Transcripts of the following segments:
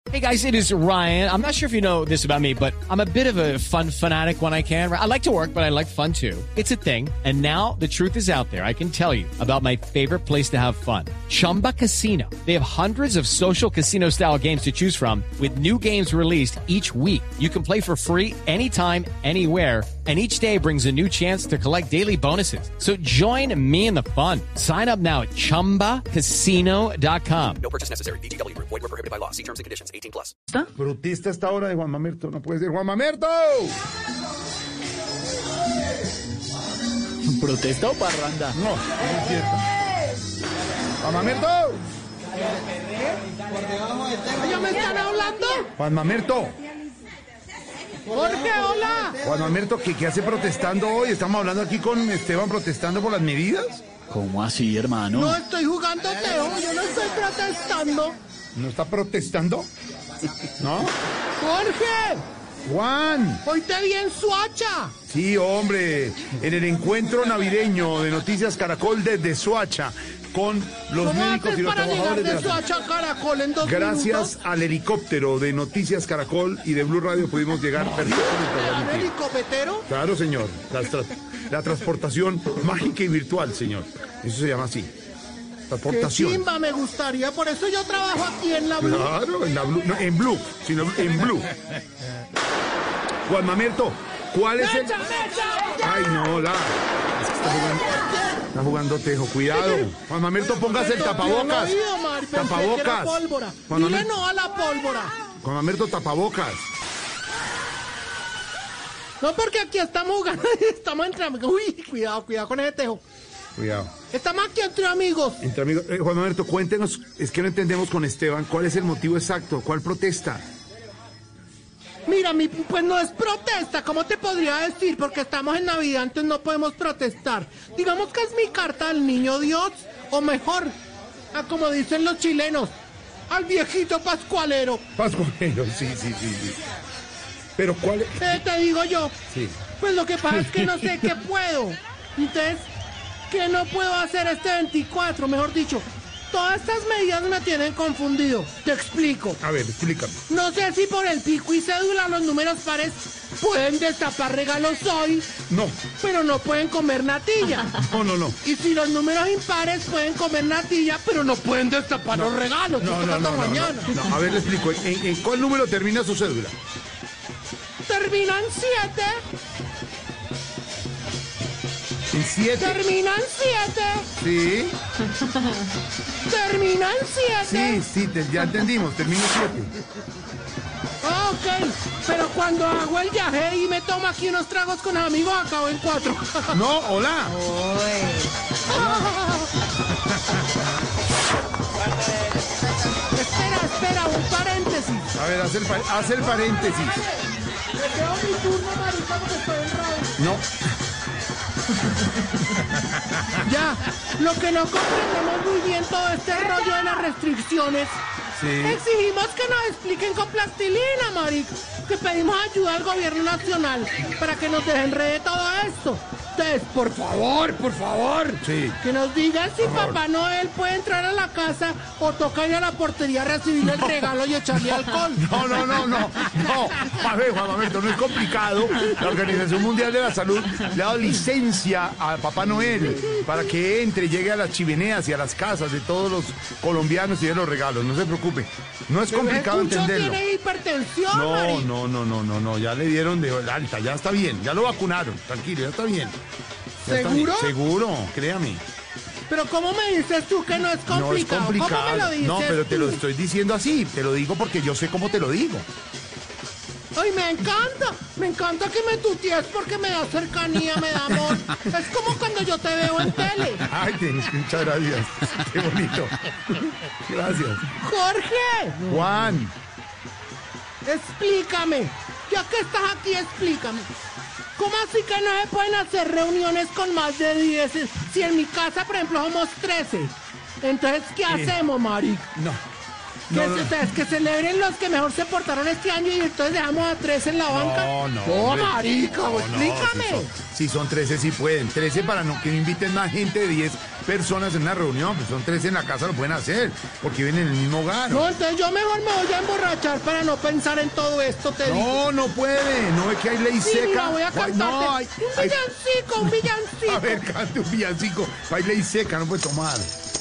Hey guys, it is Ryan. I'm not sure if you know this about me, but I'm a bit of a fun fanatic when I can. I like to work, but I like fun too. It's a thing. And now the truth is out there. I can tell you about my favorite place to have fun. Chumba Casino. They have hundreds of social casino style games to choose from with new games released each week. You can play for free anytime, anywhere. And each day brings a new chance to collect daily bonuses. So join me in the fun. Sign up now at ChumbaCasino.com. No purchase necessary. VGW. Void were prohibited by law. See terms and conditions. 18+. Protesta esta hora de Juan Mamerto. No puede ser. ¡Juan Mamerto! ¿Protesta o parranda? No, no es cierto. ¡Juan Mamerto! ¿Ya me están hablando? ¡Juan Mamerto! Jorge, hola. Juan Mamerto, ¿qué hace protestando hoy? Estamos hablando aquí con Esteban protestando por las medidas. ¿Cómo así, hermano? No estoy jugando Teo, yo no estoy protestando. ¿No está protestando? ¿No? Jorge, ¡Juan! hoy te vi en Suacha. Sí, hombre, en el encuentro navideño de Noticias Caracol desde Soacha con los ¿Cómo médicos haces y los para llegar trabajadores de Suacha a Caracol en 2 Gracias minutos? al helicóptero de Noticias Caracol y de Blue Radio pudimos llegar perfectamente. ¿Un helicóptero? Claro, señor. La transportación mágica y virtual, señor. Eso se llama así. Qué Transportación. chimba, me gustaría. Por eso yo trabajo aquí en la Blue. Claro, en la Blue, no, en Blue, sino en Blue. Juan Mamerto, ¿cuál es el...? ¡Mecha! Ay, no, es que está jugando Tejo, cuidado. Juan Mamerto, póngase el tapabocas. Tapabocas. Pólvora. Juan Dile Mamerto, no a la pólvora. Juan Mamerto, tapabocas. No, porque aquí estamos jugando y estamos entre amigos. Uy, cuidado con ese Tejo. Cuidado. Estamos aquí entre amigos. Entre amigos, Juan Mamerto, cuéntenos, es que no entendemos con Esteban, ¿cuál es el motivo exacto? ¿Cuál protesta? Mira, pues no es protesta, ¿cómo te podría decir? Porque estamos en Navidad, entonces no podemos protestar. Digamos que es mi carta al niño Dios, o mejor, a como dicen los chilenos, al viejito pascualero. Pascualero, sí. Pero ¿cuál es? Te digo yo, Sí. pues lo que pasa es que no sé qué puedo. Entonces, ¿qué no puedo hacer este 24? Mejor dicho, todas estas medidas me tienen confundido. Te explico. A ver, explícame. No sé si por el pico y cédula los números pares pueden destapar regalos hoy, No, pero no pueden comer natilla. no. Y si los números impares pueden comer natilla, pero no pueden destapar los regalos. No. Hasta mañana. A ver, le explico. ¿En cuál número termina su cédula? Terminan 7. En 7. Terminan 7. Sí, Terminan 7. sí, ya entendimos, termina 7. Ok, pero cuando hago el viaje y me tomo aquí unos tragos con amigos, acabo en 4. No, hola. Espera, un paréntesis. A ver, haz el paréntesis. Me quedo mi turno, marica, porque estoy en radio. No, Ya, lo que no comprendemos muy bien todo este rollo de las restricciones. sí. Exigimos que nos expliquen con plastilina, marica. Que pedimos ayuda al gobierno nacional para que nos desenrede todo esto. Entonces, por favor, Sí. que nos digan si Papá Noel puede entrar a la casa o toca ir a la portería a recibir el regalo y echarle alcohol. No. A ver, Juan Mamerto, no es complicado. La Organización Mundial de la Salud le ha dado licencia a Papá Noel para que entre, llegue a las chimeneas y a las casas de todos los colombianos y dé los regalos. No se preocupe. No es complicado Cucho entenderlo. tiene hipertensión, marica. No, ya le dieron de alta, ya está bien, ya lo vacunaron, tranquilo, ya está bien. Ya está bien. ¿Seguro? Seguro, créame. Pero ¿cómo me dices tú que no es complicado? No es complicado. ¿Cómo me lo dices No, pero te lo tú? estoy diciendo así, te lo digo porque yo sé cómo te lo digo. Ay, me encanta que me tutees porque me da cercanía, me da amor. Es como cuando yo te veo en tele. Ay, muchas gracias. Qué bonito. Gracias. Jorge, Juan, explícame. Ya que estás aquí, explícame. ¿Cómo así que no se pueden hacer reuniones con más de 10? Si en mi casa, por ejemplo, somos 13. Entonces, ¿qué hacemos, Mari? no. Que celebren los que mejor se portaron este año y entonces dejamos a 3 en la banca. Oh, marica, explícame. Si son 13, sí pueden. 13 para que no inviten más gente de 10 personas en una reunión. Pues son 13 en la casa, lo pueden hacer, porque viven en el mismo hogar. No, entonces yo mejor me voy a emborrachar para no pensar en todo esto, te digo. No puede. No es que hay ley seca. Mira, voy a cantarte un villancico. A ver, cante un villancico. Hay ley seca, no puede tomar.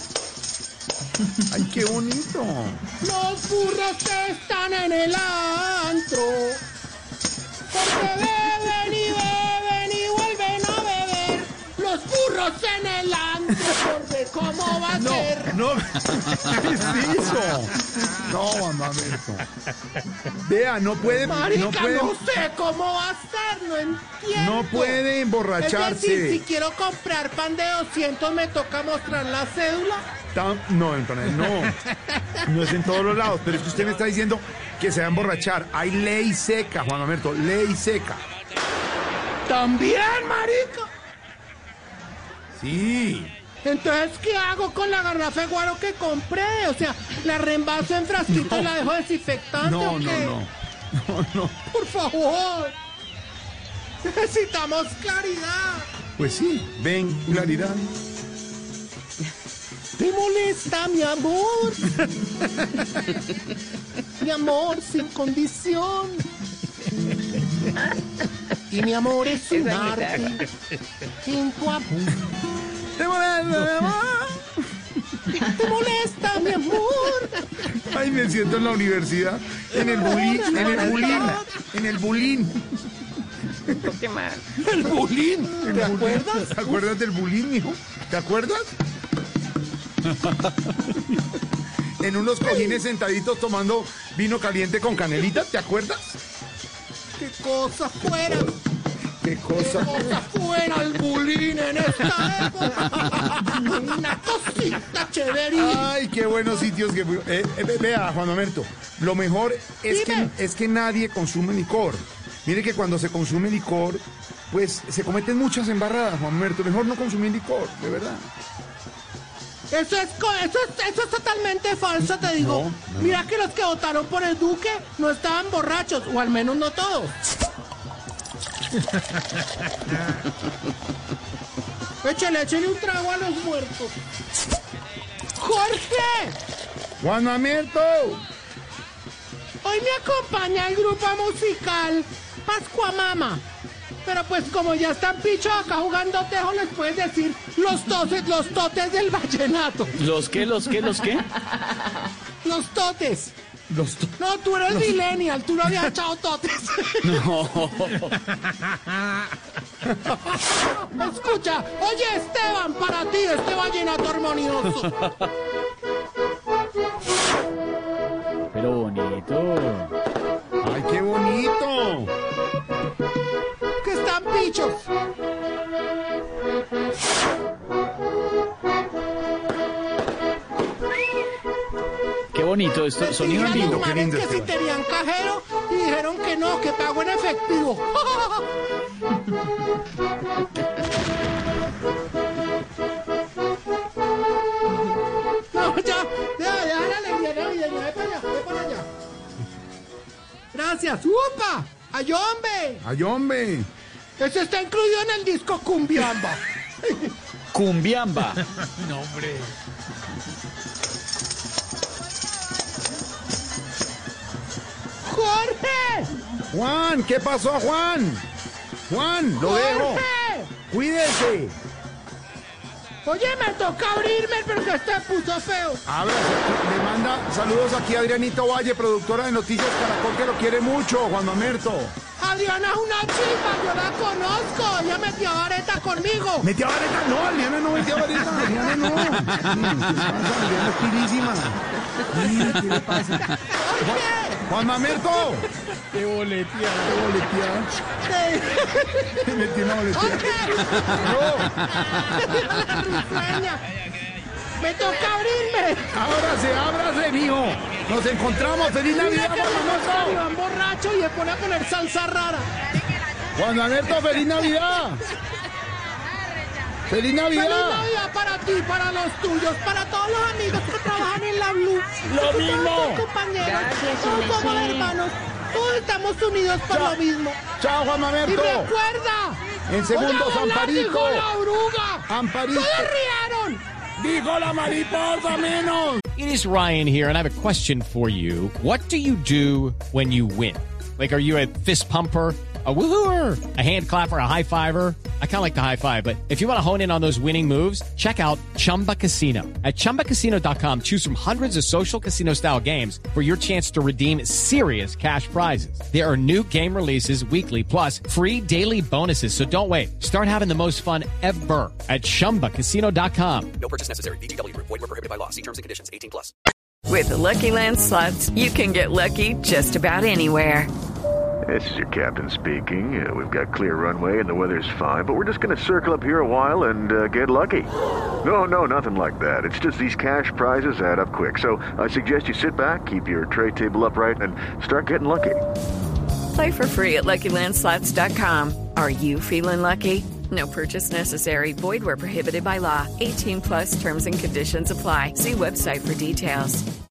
¡Ay, qué bonito! Los burros que están en el antro, porque beben y vuelven a beber. Los burros en el antro, porque ¿cómo va a ser? No, ¿qué es eso? No, Mamerto. Vea, no puede... Marica, no sé cómo va a ser, no entiendo. No puede emborracharse. Es decir, si quiero comprar pan de 200, ¿me toca mostrar la cédula? No, entonces no es en todos los lados, pero es que usted me está diciendo que se va a emborrachar. Hay ley seca, Juan Mamerto, ley seca. ¿También, marica? Sí. Entonces, ¿qué hago con la garrafa de guaro que compré? O sea, ¿la reembazo en frasquito y la dejo desinfectante o qué? No. Por favor. Necesitamos claridad. Pues sí, ven, claridad. ¿Te molesta, mi amor? Mi amor sin condición. Y mi amor es un arte. En tu amor. ¿Te molesta, mi amor? ¿Te molesta, mi amor? Ay, me siento en la universidad, en el bullying. El bullying, ¿te acuerdas? ¿Te acuerdas del bullying, hijo? ¿Te acuerdas? En unos cojines sentaditos tomando vino caliente con canelita, ¿te acuerdas? ¡Qué cosa fuera! ¿Qué cosa? Fuera el bullying en esta época! ¡Una cosita chéverita! Ay, qué buenos sitios que... vea, Juan Mamerto, lo mejor es que nadie consume licor. Mire que cuando se consume licor, pues se cometen muchas embarradas, Juan Mamerto. Mejor no consumir licor, de verdad. Eso es totalmente falso, te digo. No. Mira que los que votaron por el Duque no estaban borrachos, o al menos no todos. Échale un trago a los muertos. ¡Jorge! ¡Juan Mamerto! Hoy me acompaña el grupo musical Pascuamama. Pero pues como ya están pichos acá jugando tejo, les puedes decir los totes del vallenato. ¿Los qué? Los totes. No, tú eres millennial, tú no habías echado totes. No. Escucha, oye Esteban, para ti este vallenato armonioso. Pero bonito. ¡Ay, qué bonito! Que están pichos. Qué bonito esto, sonido en vivo. Qué lindo, que si tenían cajero y dijeron que no, que pago en efectivo. No, ya la alegría navideña, ve para allá. Gracias. ¡Upa! ¡Ayombe! Eso está incluido en el disco Cumbiamba. Cumbiamba. No, hombre. ¡Jorge! Juan, ¿qué pasó, Juan? Juan, lo dejo. Cuídese. Oye, me toca abrirme porque este puso feo. Le manda saludos aquí a Adrianito Valle, productora de Noticias Caracol, que lo quiere mucho, Juan Mamerto. Adriana es una chica, yo la conozco. Ella metió vareta conmigo. ¿Metió vareta? No, Adriana no metió vareta. Adriana no. ¿Qué pasa? Adriana es pirísima. ¿Qué le pasa? Juan Mamerto. ¡Qué boleteada! Me metí una boleteada. ¡Me toca abrirme! ¡Ábrase, mijo! ¡Nos encontramos! ¡Feliz Navidad, Juan Mamerto! Iván borracho y le pone a poner salsa rara. Juan Mamerto, ¡feliz Navidad! ¡Feliz Navidad! ¡Feliz Navidad para ti, para los tuyos, para todos los amigos que trabajan en la Blue! ¡Lo mismo! Todos tus compañeros, todos somos hermanos, todos estamos unidos por lo mismo. ¡Chao, Juan ¡Y Mamerto! recuerda! En segundos, ¡voy a volar, Amparito. dijo la oruga! Amparito. ¡Todos rieron! ¡Dijo la mariposa menos! It is Ryan here, and I have a question for you. What do you do when you win? Like, are you a fist pumper, a woohooer, a hand clapper, a high fiver? I kind of like the high five, but if you want to hone in on those winning moves, check out Chumba Casino. At ChumbaCasino.com, choose from hundreds of social casino-style games for your chance to redeem serious cash prizes. There are new game releases weekly, plus free daily bonuses. So don't wait. Start having the most fun ever at ChumbaCasino.com. No purchase necessary. VGW Group. Void where prohibited by law. See terms and conditions. 18 plus. With the Lucky Land Slots, you can get lucky just about anywhere. This is your captain speaking. We've got clear runway and the weather's fine, but we're just going to circle up here a while and get lucky. No, nothing like that. It's just these cash prizes add up quick. So I suggest you sit back, keep your tray table upright, and start getting lucky. Play for free at LuckyLandSlots.com. Are you feeling lucky? No purchase necessary. Void where prohibited by law. 18 plus terms and conditions apply. See website for details.